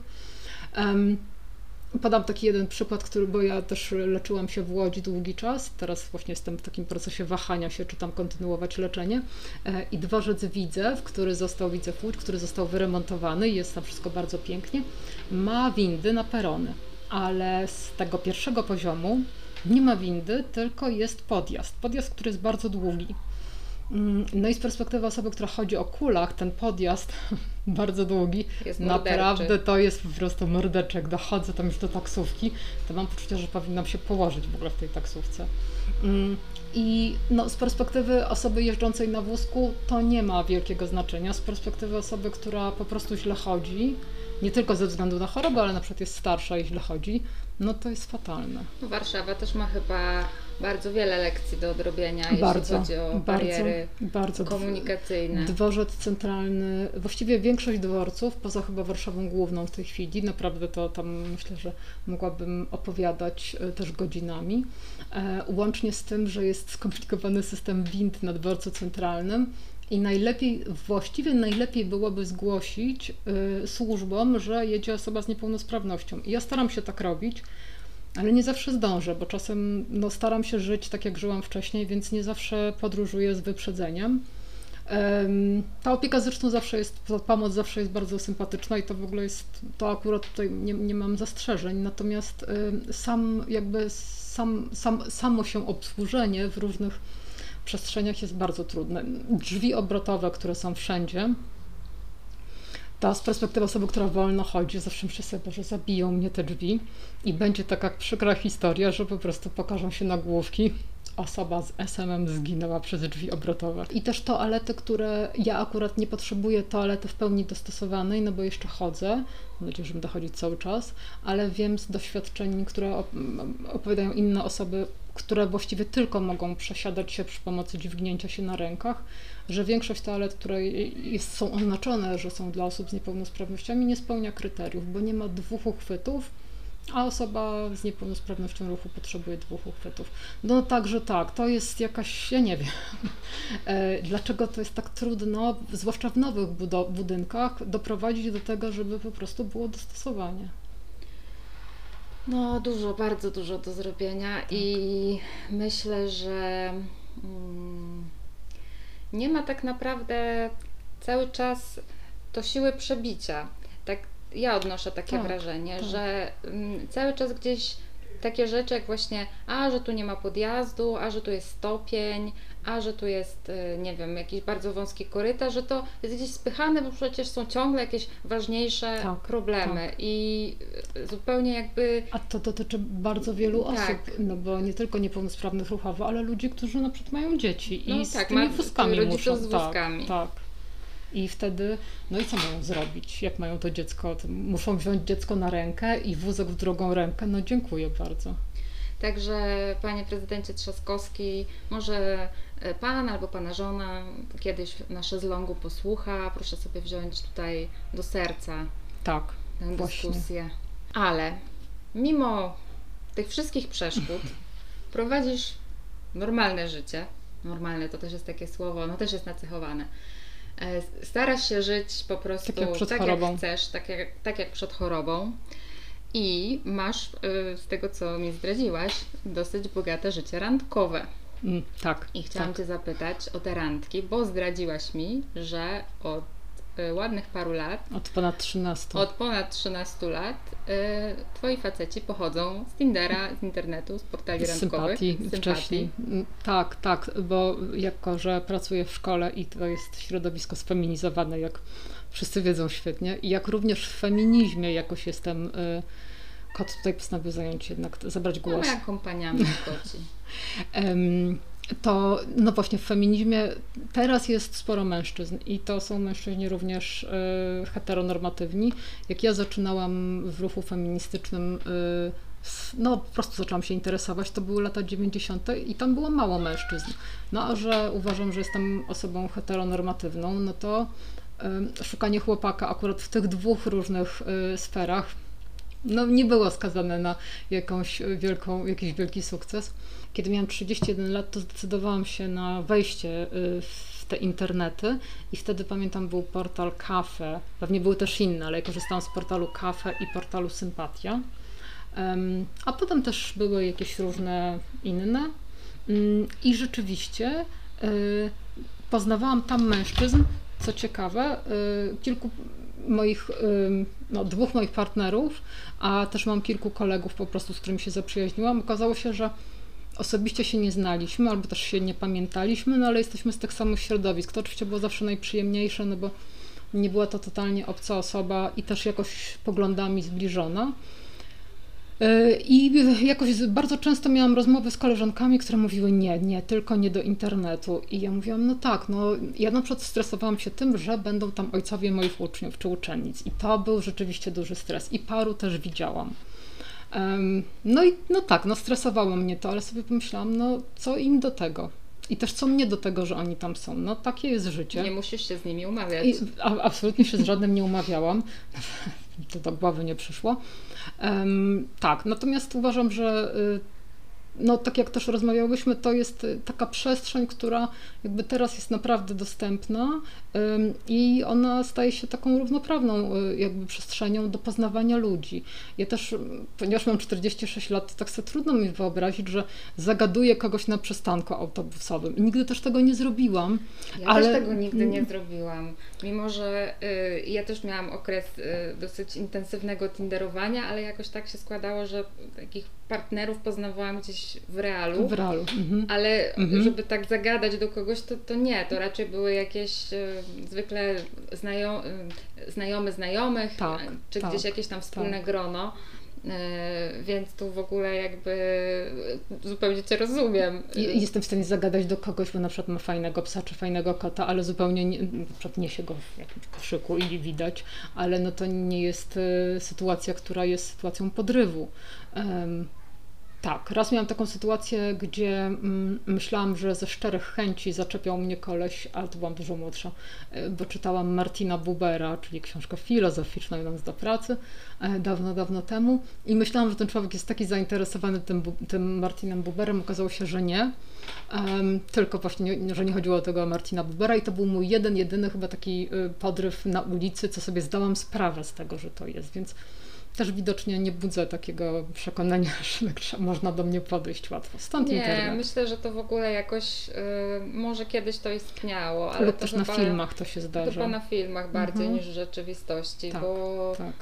Speaker 2: Podam taki jeden przykład, bo ja też leczyłam się w Łodzi długi czas, teraz właśnie jestem w takim procesie wahania się, czy tam kontynuować leczenie i dworzec Widzew, Widzew Łódź, który został wyremontowany i jest tam wszystko bardzo pięknie, ma windy na perony, ale z tego pierwszego poziomu nie ma windy, tylko jest podjazd, który jest bardzo długi. No i z perspektywy osoby, która chodzi o kulach, ten podjazd bardzo długi, naprawdę to jest po prostu mordeczek. Dochodzę tam już do taksówki, to mam poczucie, że powinnam się położyć w ogóle w tej taksówce. I no, z perspektywy osoby jeżdżącej na wózku to nie ma wielkiego znaczenia. Z perspektywy osoby, która po prostu źle chodzi, nie tylko ze względu na chorobę, ale na przykład jest starsza i źle chodzi, no to jest fatalne.
Speaker 1: Warszawa też ma chyba bardzo wiele lekcji do odrobienia, jeśli chodzi o bariery komunikacyjne.
Speaker 2: Dworzec centralny, właściwie większość dworców, poza chyba Warszawą Główną w tej chwili, naprawdę to tam myślę, że mogłabym opowiadać też godzinami, łącznie z tym, że jest skomplikowany system wind na dworcu centralnym I właściwie najlepiej byłoby zgłosić służbom, że jedzie osoba z niepełnosprawnością. I ja staram się tak robić, ale nie zawsze zdążę, bo czasem staram się żyć tak, jak żyłam wcześniej, więc nie zawsze podróżuję z wyprzedzeniem. Ta opieka zresztą ta pomoc zawsze jest bardzo sympatyczna i to w ogóle to akurat tutaj nie mam zastrzeżeń, natomiast samo się obsłużenie w różnych przestrzeniach jest bardzo trudne. Drzwi obrotowe, które są wszędzie, z perspektywy osoby, która wolno chodzi, zawsze myślę sobie, że zabiją mnie te drzwi i będzie taka przykra historia, że po prostu pokażą się nagłówki. Osoba z SM-em zginęła przez drzwi obrotowe. I też toalety, ja akurat nie potrzebuję toalety w pełni dostosowanej, no bo jeszcze chodzę, mam nadzieję, że będę chodzić cały czas, ale wiem z doświadczeń, które opowiadają inne osoby, które właściwie tylko mogą przesiadać się przy pomocy dźwignięcia się na rękach, że większość toalet, które są oznaczone, że są dla osób z niepełnosprawnościami, nie spełnia kryteriów, bo nie ma 2 uchwytów, a osoba z niepełnosprawnością ruchu potrzebuje 2 uchwytów. No także tak, to jest jakaś, ja nie wiem, dlaczego to jest tak trudno, zwłaszcza w nowych budynkach, doprowadzić do tego, żeby po prostu było dostosowanie.
Speaker 1: No bardzo dużo do zrobienia i myślę, że nie ma tak naprawdę cały czas do siły przebicia. Tak ja odnoszę takie wrażenie, że cały czas gdzieś takie rzeczy jak właśnie, że tu nie ma podjazdu, że tu jest stopień, że tu jest, nie wiem, jakiś bardzo wąski korytarz, że to jest gdzieś spychane, bo przecież są ciągle jakieś ważniejsze problemy i zupełnie jakby...
Speaker 2: A to dotyczy bardzo wielu osób, no bo nie tylko niepełnosprawnych ruchowo, ale ludzi, którzy na przykład mają dzieci i z tymi wózkami
Speaker 1: rodziców z wózkami.
Speaker 2: Tak. I wtedy, i co mają zrobić? Jak mają to dziecko? To muszą wziąć dziecko na rękę i wózek w drugą rękę? No dziękuję bardzo.
Speaker 1: Także panie prezydencie Trzaskowski, może pan albo pana żona kiedyś na szezlongu posłucha, proszę sobie wziąć tutaj do serca tę dyskusję. Ale mimo tych wszystkich przeszkód prowadzisz normalne życie. Normalne to też jest takie słowo, też jest nacechowane. Starasz się żyć po prostu tak jak chcesz, tak jak przed chorobą i masz, z tego co mi zdradziłaś, dosyć bogate życie randkowe.
Speaker 2: Tak.
Speaker 1: I chciałam Cię zapytać o te randki, bo zdradziłaś mi, że od ładnych paru lat,
Speaker 2: od ponad 13
Speaker 1: lat Twoi faceci pochodzą z Tindera, z internetu, z portali randkowych.
Speaker 2: Sympatii wcześniej. Tak, bo jako, że pracuję w szkole i to jest środowisko sfeminizowane, jak wszyscy wiedzą świetnie, i jak również w feminizmie jakoś jestem, kot tutaj postanowił zająć jednak, zabrać głos.
Speaker 1: Jak kompaniami koci.
Speaker 2: To właśnie w feminizmie teraz jest sporo mężczyzn i to są mężczyźni również heteronormatywni. Jak ja zaczynałam w ruchu feministycznym, po prostu zaczęłam się interesować, to były lata 90. i tam było mało mężczyzn. A że uważam, że jestem osobą heteronormatywną, to szukanie chłopaka akurat w tych 2 różnych sferach nie było skazane na jakiś wielki sukces. Kiedy miałam 31 lat, to zdecydowałam się na wejście w te internety i wtedy pamiętam był portal Cafe, pewnie były też inne, ale ja korzystałam z portalu Cafe i portalu Sympatia, a potem też były jakieś różne inne i rzeczywiście poznawałam tam mężczyzn, co ciekawe, kilku moich, 2 moich partnerów, a też mam kilku kolegów po prostu, z którymi się zaprzyjaźniłam. Okazało się, że osobiście się nie znaliśmy, albo też się nie pamiętaliśmy, ale jesteśmy z tych samych środowisk. To oczywiście było zawsze najprzyjemniejsze, bo nie była to totalnie obca osoba i też jakoś poglądami zbliżona. I jakoś bardzo często miałam rozmowy z koleżankami, które mówiły nie, tylko nie do internetu. I ja mówiłam, ja na przykład stresowałam się tym, że będą tam ojcowie moich uczniów czy uczennic. I to był rzeczywiście duży stres. I paru też widziałam. Stresowało mnie to, ale sobie pomyślałam, co im do tego? I też co mnie do tego, że oni tam są? Takie jest życie.
Speaker 1: Nie musisz się z nimi umawiać.
Speaker 2: Absolutnie się z żadnym nie umawiałam. To do głowy nie przyszło. Natomiast uważam, że no tak jak też rozmawiałyśmy, to jest taka przestrzeń, która jakby teraz jest naprawdę dostępna i ona staje się taką równoprawną jakby przestrzenią do poznawania ludzi. Ja też, ponieważ mam 46 lat, tak sobie trudno mi wyobrazić, że zagaduję kogoś na przystanku autobusowym. Nigdy też tego nie zrobiłam.
Speaker 1: Ja też tego nigdy nie zrobiłam, mimo że ja też miałam okres dosyć intensywnego tinderowania, ale jakoś tak się składało, że takich partnerów poznawałam gdzieś w realu.
Speaker 2: W realu.
Speaker 1: Ale żeby tak zagadać do kogoś, to nie, to raczej były jakieś zwykle znajomy znajomych, czy gdzieś jakieś tam wspólne grono. Więc tu w ogóle jakby zupełnie Cię rozumiem.
Speaker 2: Jestem w stanie zagadać do kogoś, bo na przykład ma fajnego psa czy fajnego kota, ale zupełnie nie, na przykład niesie go w jakimś koszyku i widać, ale no to nie jest sytuacja, która jest sytuacją podrywu. Tak, raz miałam taką sytuację, gdzie myślałam, że ze szczerych chęci zaczepiał mnie koleś, ale to byłam dużo młodsza, bo czytałam Martina Bubera, czyli książkę filozoficzną idąc do pracy, dawno temu i myślałam, że ten człowiek jest taki zainteresowany tym Martinem Buberem, okazało się, że nie, tylko właśnie, że nie chodziło o tego Martina Bubera i to był mój jedyny chyba taki podryw na ulicy, co sobie zdałam sprawę z tego, że to jest, więc też widocznie nie budzę takiego przekonania, że można do mnie podejść łatwo. Stąd internet.
Speaker 1: Nie, myślę, że to w ogóle jakoś, może kiedyś to istniało, ale
Speaker 2: lub
Speaker 1: to
Speaker 2: też
Speaker 1: chyba,
Speaker 2: na filmach to się zdarza.
Speaker 1: Chyba na filmach bardziej niż w rzeczywistości,
Speaker 2: tak,
Speaker 1: bo
Speaker 2: tak.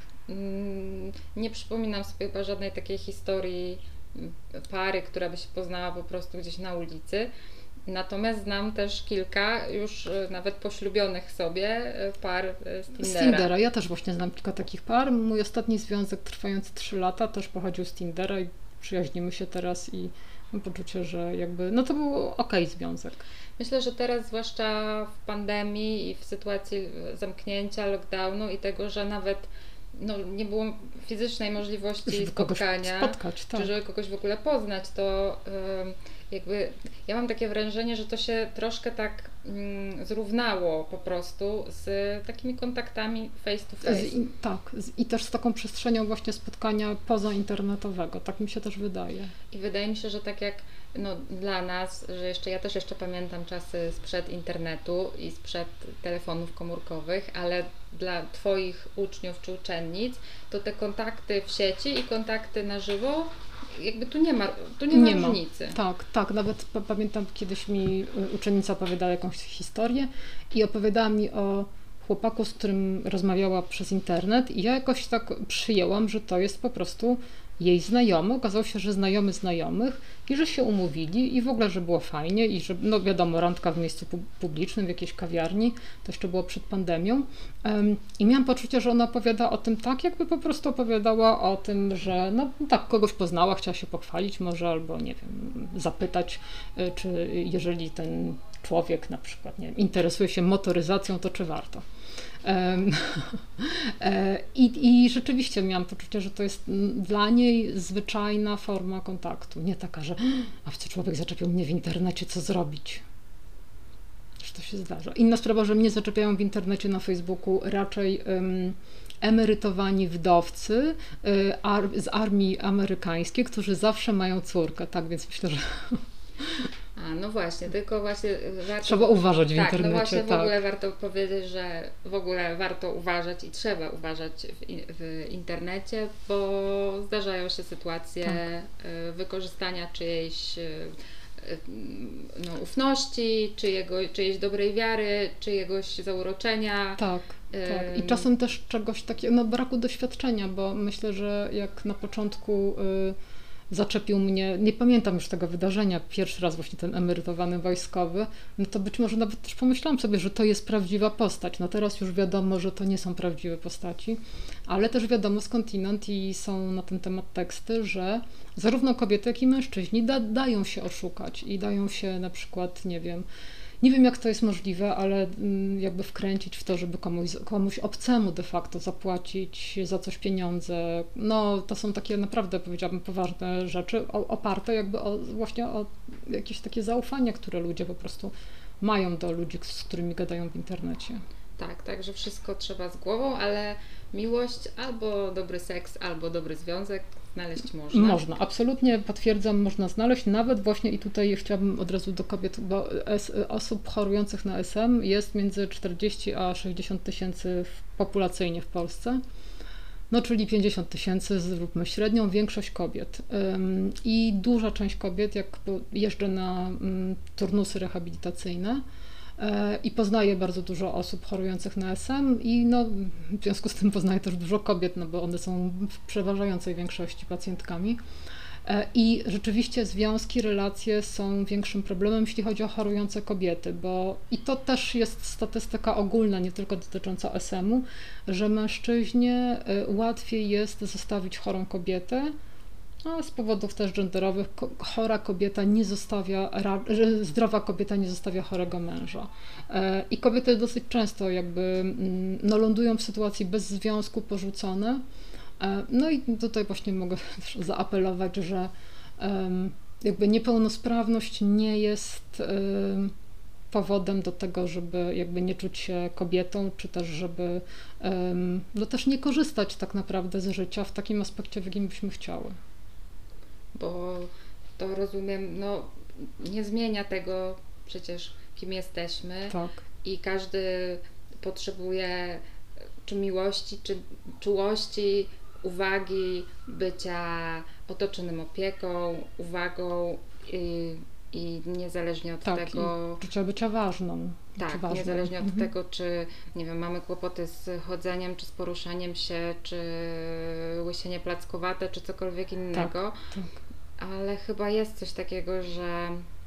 Speaker 1: Nie przypominam sobie chyba żadnej takiej historii pary, która by się poznała po prostu gdzieś na ulicy. Natomiast znam też kilka już nawet poślubionych sobie par z Tindera.
Speaker 2: Z Tindera. Ja też właśnie znam kilka takich par. Mój ostatni związek trwający 3 lata też pochodził z Tindera i przyjaźnimy się teraz i mam poczucie, że jakby, no to był okej związek.
Speaker 1: Myślę, że teraz zwłaszcza w pandemii i w sytuacji zamknięcia, lockdownu i tego, że nawet nie było fizycznej możliwości
Speaker 2: żeby
Speaker 1: spotkania,
Speaker 2: spotkać, tak.
Speaker 1: czy żeby kogoś w ogóle poznać, to jakby ja mam takie wrażenie, że to się troszkę tak zrównało po prostu z takimi kontaktami face to face.
Speaker 2: I też z taką przestrzenią właśnie spotkania pozainternetowego, tak mi się też wydaje.
Speaker 1: I wydaje mi się, że tak jak dla nas, że ja też jeszcze pamiętam czasy sprzed internetu i sprzed telefonów komórkowych, ale dla Twoich uczniów czy uczennic, to te kontakty w sieci i kontakty na żywo, jakby tu nie ma różnicy.
Speaker 2: Tak, nawet pamiętam kiedyś mi uczennica opowiadała jakąś historię i opowiadała mi o chłopaku, z którym rozmawiała przez internet i ja jakoś tak przyjęłam, że to jest po prostu jej znajomy. Okazało się, że znajomy znajomych i że się umówili i w ogóle, że było fajnie i że, wiadomo, randka w miejscu publicznym, w jakiejś kawiarni, to jeszcze było przed pandemią. I miałam poczucie, że ona opowiada o tym tak, jakby po prostu opowiadała o tym, że tak, kogoś poznała, chciała się pochwalić może, albo nie wiem, zapytać, czy jeżeli ten człowiek na przykład, nie wiem, interesuje się motoryzacją, to czy warto. I rzeczywiście miałam poczucie, że to jest dla niej zwyczajna forma kontaktu. Nie taka, że a co człowiek zaczepiał mnie w internecie, co zrobić? Że to się zdarza. Inna sprawa, że mnie zaczepiają w internecie na Facebooku raczej emerytowani wdowcy z armii amerykańskiej, którzy zawsze mają córkę. Tak, więc myślę, że...
Speaker 1: No właśnie, tylko właśnie warto...
Speaker 2: Trzeba uważać w internecie.
Speaker 1: No właśnie w ogóle warto powiedzieć, że w ogóle warto uważać i trzeba uważać w internecie, bo zdarzają się sytuacje wykorzystania czyjejś ufności, czyjejś dobrej wiary, czyjegoś zauroczenia.
Speaker 2: Tak. I czasem też czegoś takiego, braku doświadczenia, bo myślę, że jak na początku zaczepił mnie, nie pamiętam już tego wydarzenia, pierwszy raz właśnie ten emerytowany wojskowy, to być może nawet też pomyślałam sobie, że to jest prawdziwa postać. Teraz już wiadomo, że to nie są prawdziwe postaci, ale też wiadomo skądinąd i są na ten temat teksty, że zarówno kobiety, jak i mężczyźni dają się oszukać i dają się na przykład, nie wiem jak to jest możliwe, ale jakby wkręcić w to, żeby komuś obcemu de facto zapłacić za coś pieniądze. To są takie naprawdę, powiedziałabym, poważne rzeczy, oparte jakby właśnie o jakieś takie zaufanie, które ludzie po prostu mają do ludzi, z którymi gadają w internecie.
Speaker 1: Tak, także wszystko trzeba z głową, ale miłość, albo dobry seks, albo dobry związek znaleźć można.
Speaker 2: Można, absolutnie potwierdzam, można znaleźć, nawet właśnie i tutaj chciałabym od razu do kobiet, bo osób chorujących na SM jest między 40 a 60 tysięcy populacyjnie w Polsce. No, czyli 50 tysięcy, zróbmy średnią, większość kobiet. I duża część kobiet, jak jeżdżę na turnusy rehabilitacyjne i poznaję bardzo dużo osób chorujących na SM i no, w związku z tym poznaję też dużo kobiet, no bo one są w przeważającej większości pacjentkami. I rzeczywiście związki, relacje są większym problemem, jeśli chodzi o chorujące kobiety, bo i to też jest statystyka ogólna, nie tylko dotycząca SM-u, że mężczyźnie łatwiej jest zostawić chorą kobietę, a z powodów też genderowych chora kobieta nie zostawia, zdrowa kobieta nie zostawia chorego męża. I kobiety dosyć często jakby no, lądują w sytuacji bez związku, porzucone. No i tutaj właśnie mogę zaapelować, że jakby niepełnosprawność nie jest powodem do tego, żeby jakby nie czuć się kobietą, czy też żeby no też nie korzystać tak naprawdę z życia w takim aspekcie, w jakim byśmy chciały.
Speaker 1: Bo to rozumiem, no nie zmienia tego przecież kim jesteśmy.
Speaker 2: Tak.
Speaker 1: I każdy potrzebuje czy miłości, czy czułości, uwagi, bycia otoczonym opieką, uwagą i niezależnie od
Speaker 2: tak,
Speaker 1: tego...
Speaker 2: I trzeba bycia ważną.
Speaker 1: Tak, niezależnie od tego, czy nie wiem, mamy kłopoty z chodzeniem, czy z poruszaniem się, czy łysienie plackowate, czy cokolwiek innego.
Speaker 2: Tak.
Speaker 1: Ale chyba jest coś takiego, że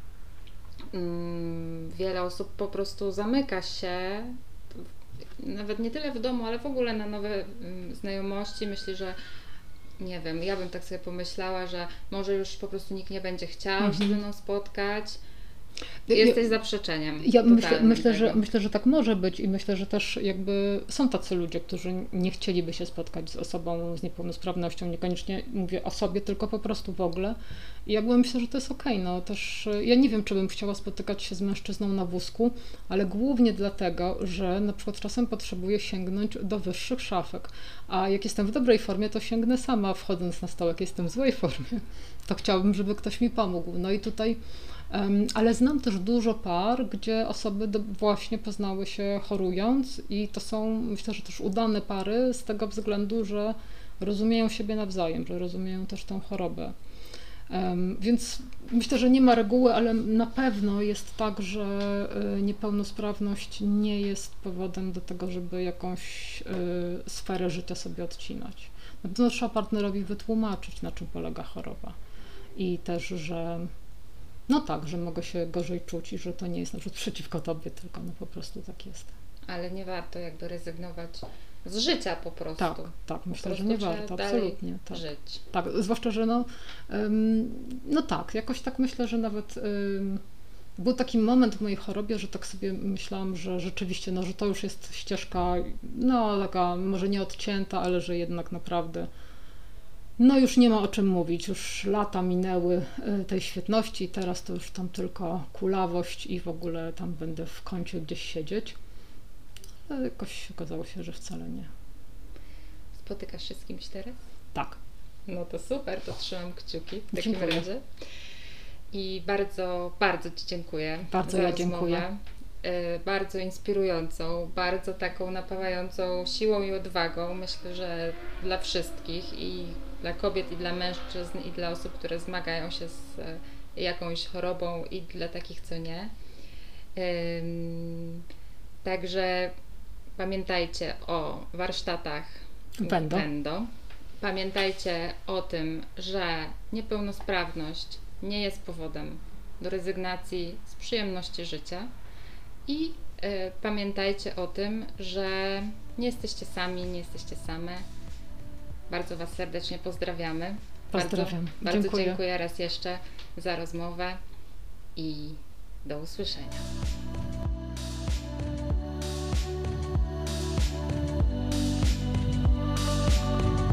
Speaker 1: wiele osób po prostu zamyka się, nawet nie tyle w domu, ale w ogóle na nowe znajomości. Myśli, że nie wiem, ja bym tak sobie pomyślała, że może już po prostu nikt nie będzie chciał się ze mną spotkać. Jesteś zaprzeczeniem.
Speaker 2: Ja myślę, że tak może być i myślę, że też jakby są tacy ludzie, którzy nie chcieliby się spotkać z osobą z niepełnosprawnością, niekoniecznie mówię o sobie, tylko po prostu w ogóle. I jakby myślę, że to jest okej. No też ja nie wiem, czy bym chciała spotykać się z mężczyzną na wózku, ale głównie dlatego, że na przykład czasem potrzebuję sięgnąć do wyższych szafek, a jak jestem w dobrej formie, to sięgnę sama wchodząc na stołek, jak jestem w złej formie, to chciałabym, żeby ktoś mi pomógł. No i tutaj ale znam też dużo par, gdzie osoby właśnie poznały się chorując i to są, myślę, że też udane pary z tego względu, że rozumieją siebie nawzajem, że rozumieją też tą chorobę. Więc myślę, że nie ma reguły, ale na pewno jest tak, że niepełnosprawność nie jest powodem do tego, żeby jakąś sferę życia sobie odcinać. Na pewno trzeba partnerowi wytłumaczyć, na czym polega choroba i też, że no tak, że mogę się gorzej czuć i że to nie jest na przykład przeciwko tobie, tylko no po prostu tak jest.
Speaker 1: Ale nie warto jakby rezygnować z życia po prostu.
Speaker 2: Tak, myślę, że nie warto, absolutnie. Tak.
Speaker 1: Żyć.
Speaker 2: Tak, zwłaszcza, że no tak, jakoś tak myślę, że nawet był taki moment w mojej chorobie, że tak sobie myślałam, że rzeczywiście, no, że to już jest ścieżka, no taka może nie odcięta, ale że jednak naprawdę no już nie ma o czym mówić, już lata minęły tej świetności, teraz to już tam tylko kulawość i w ogóle tam będę w kącie gdzieś siedzieć. Ale jakoś okazało się, że wcale nie.
Speaker 1: Spotykasz się z kimś teraz?
Speaker 2: Tak.
Speaker 1: No to super, to trzymam kciuki w takim razie. I bardzo, bardzo Ci dziękuję
Speaker 2: bardzo
Speaker 1: za
Speaker 2: ja
Speaker 1: rozmowę.
Speaker 2: Dziękuję.
Speaker 1: Bardzo inspirującą, bardzo taką napawającą siłą i odwagą. Myślę, że dla wszystkich i dla kobiet, i dla mężczyzn, i dla osób, które zmagają się z jakąś chorobą, i dla takich, co nie. Także pamiętajcie o warsztatach Będą. Pamiętajcie o tym, że niepełnosprawność nie jest powodem do rezygnacji z przyjemności życia i pamiętajcie o tym, że nie jesteście sami, nie jesteście same. Bardzo Was serdecznie pozdrawiamy.
Speaker 2: Pozdrawiam.
Speaker 1: Bardzo dziękuję raz jeszcze za rozmowę i do usłyszenia.